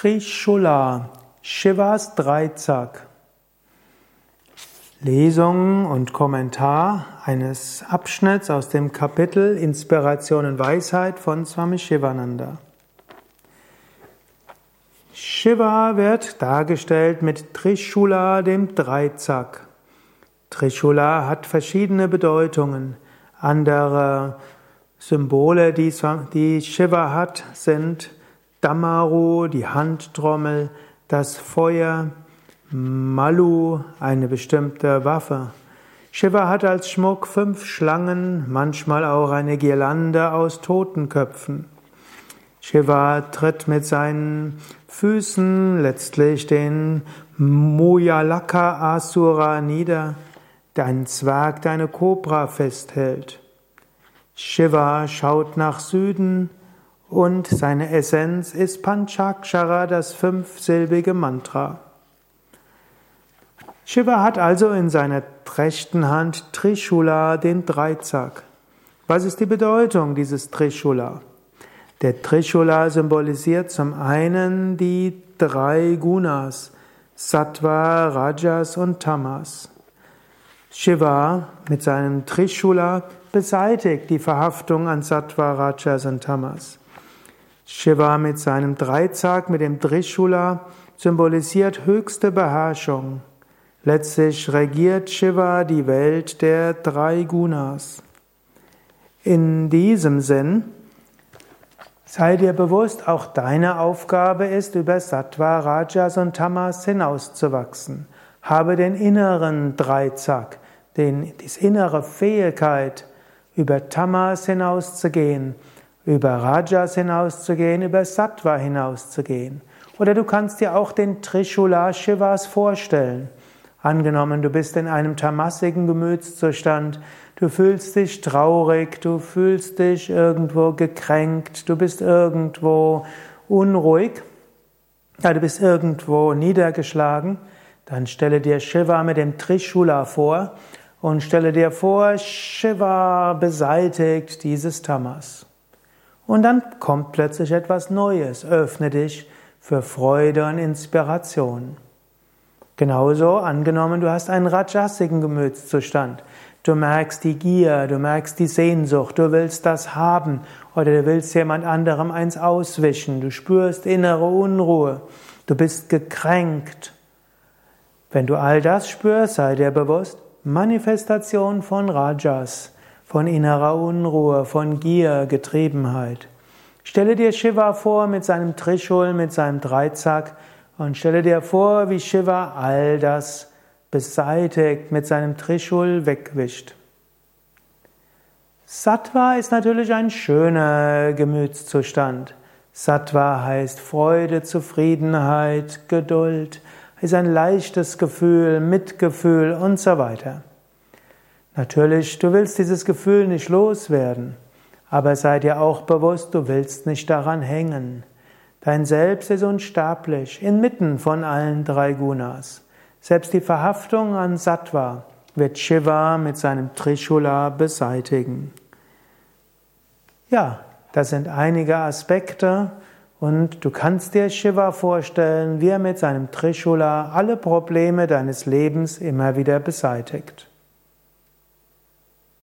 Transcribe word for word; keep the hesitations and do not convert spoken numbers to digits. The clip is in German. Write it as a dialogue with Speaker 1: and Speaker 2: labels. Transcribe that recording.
Speaker 1: Trishula, Shivas Dreizack. Lesung und Kommentar eines Abschnitts aus dem Kapitel Inspiration und Weisheit von Swami Shivananda. Shiva wird dargestellt mit Trishula, dem Dreizack. Trishula hat verschiedene Bedeutungen. Andere Symbole, die, die Shiva hat, sind Damaru, die Handtrommel, das Feuer, Malu, eine bestimmte Waffe. Shiva hat als Schmuck fünf Schlangen, manchmal auch eine Girlande aus Totenköpfen. Shiva tritt mit seinen Füßen letztlich den Muyalaka Asura nieder, ein Zwerg, der eine Kobra festhält. Shiva schaut nach Süden und seine Essenz ist Panchakshara, das fünfsilbige Mantra. Shiva hat also in seiner rechten Hand Trishula, den Dreizack. Was ist die Bedeutung dieses Trishula? Der Trishula symbolisiert zum einen die drei Gunas, Sattva, Rajas und Tamas. Shiva mit seinem Trishula beseitigt die Verhaftung an Sattva, Rajas und Tamas. Shiva mit seinem Dreizack, mit dem Trishula, symbolisiert höchste Beherrschung. Letztlich regiert Shiva die Welt der drei Gunas. In diesem Sinn, sei dir bewusst, auch deine Aufgabe ist, über Sattva, Rajas und Tamas hinauszuwachsen. Habe den inneren Dreizack, den, die innere Fähigkeit, über Tamas hinauszugehen, über Rajas hinauszugehen, über Sattva hinauszugehen. Oder du kannst dir auch den Trishula Shivas vorstellen. Angenommen, du bist in einem tamasigen Gemütszustand, du fühlst dich traurig, du fühlst dich irgendwo gekränkt, du bist irgendwo unruhig, ja, du bist irgendwo niedergeschlagen, dann stelle dir Shiva mit dem Trishula vor und stelle dir vor, Shiva beseitigt dieses Tamas. Und dann kommt plötzlich etwas Neues, öffne dich für Freude und Inspiration. Genauso angenommen, du hast einen rajasigen Gemütszustand. Du merkst die Gier, du merkst die Sehnsucht, du willst das haben oder du willst jemand anderem eins auswischen, du spürst innere Unruhe, du bist gekränkt. Wenn du all das spürst, sei dir bewusst, Manifestation von Rajas, von innerer Unruhe, von Gier, Getriebenheit. Stelle dir Shiva vor mit seinem Trishul, mit seinem Dreizack und stelle dir vor, wie Shiva all das beseitigt, mit seinem Trishul wegwischt. Sattva ist natürlich ein schöner Gemütszustand. Sattva heißt Freude, Zufriedenheit, Geduld, ist ein leichtes Gefühl, Mitgefühl und so weiter. Natürlich, du willst dieses Gefühl nicht loswerden, aber sei dir auch bewusst, du willst nicht daran hängen. Dein Selbst ist unsterblich, inmitten von allen drei Gunas. Selbst die Verhaftung an Sattva wird Shiva mit seinem Trishula beseitigen. Ja, das sind einige Aspekte und du kannst dir Shiva vorstellen, wie er mit seinem Trishula alle Probleme deines Lebens immer wieder beseitigt.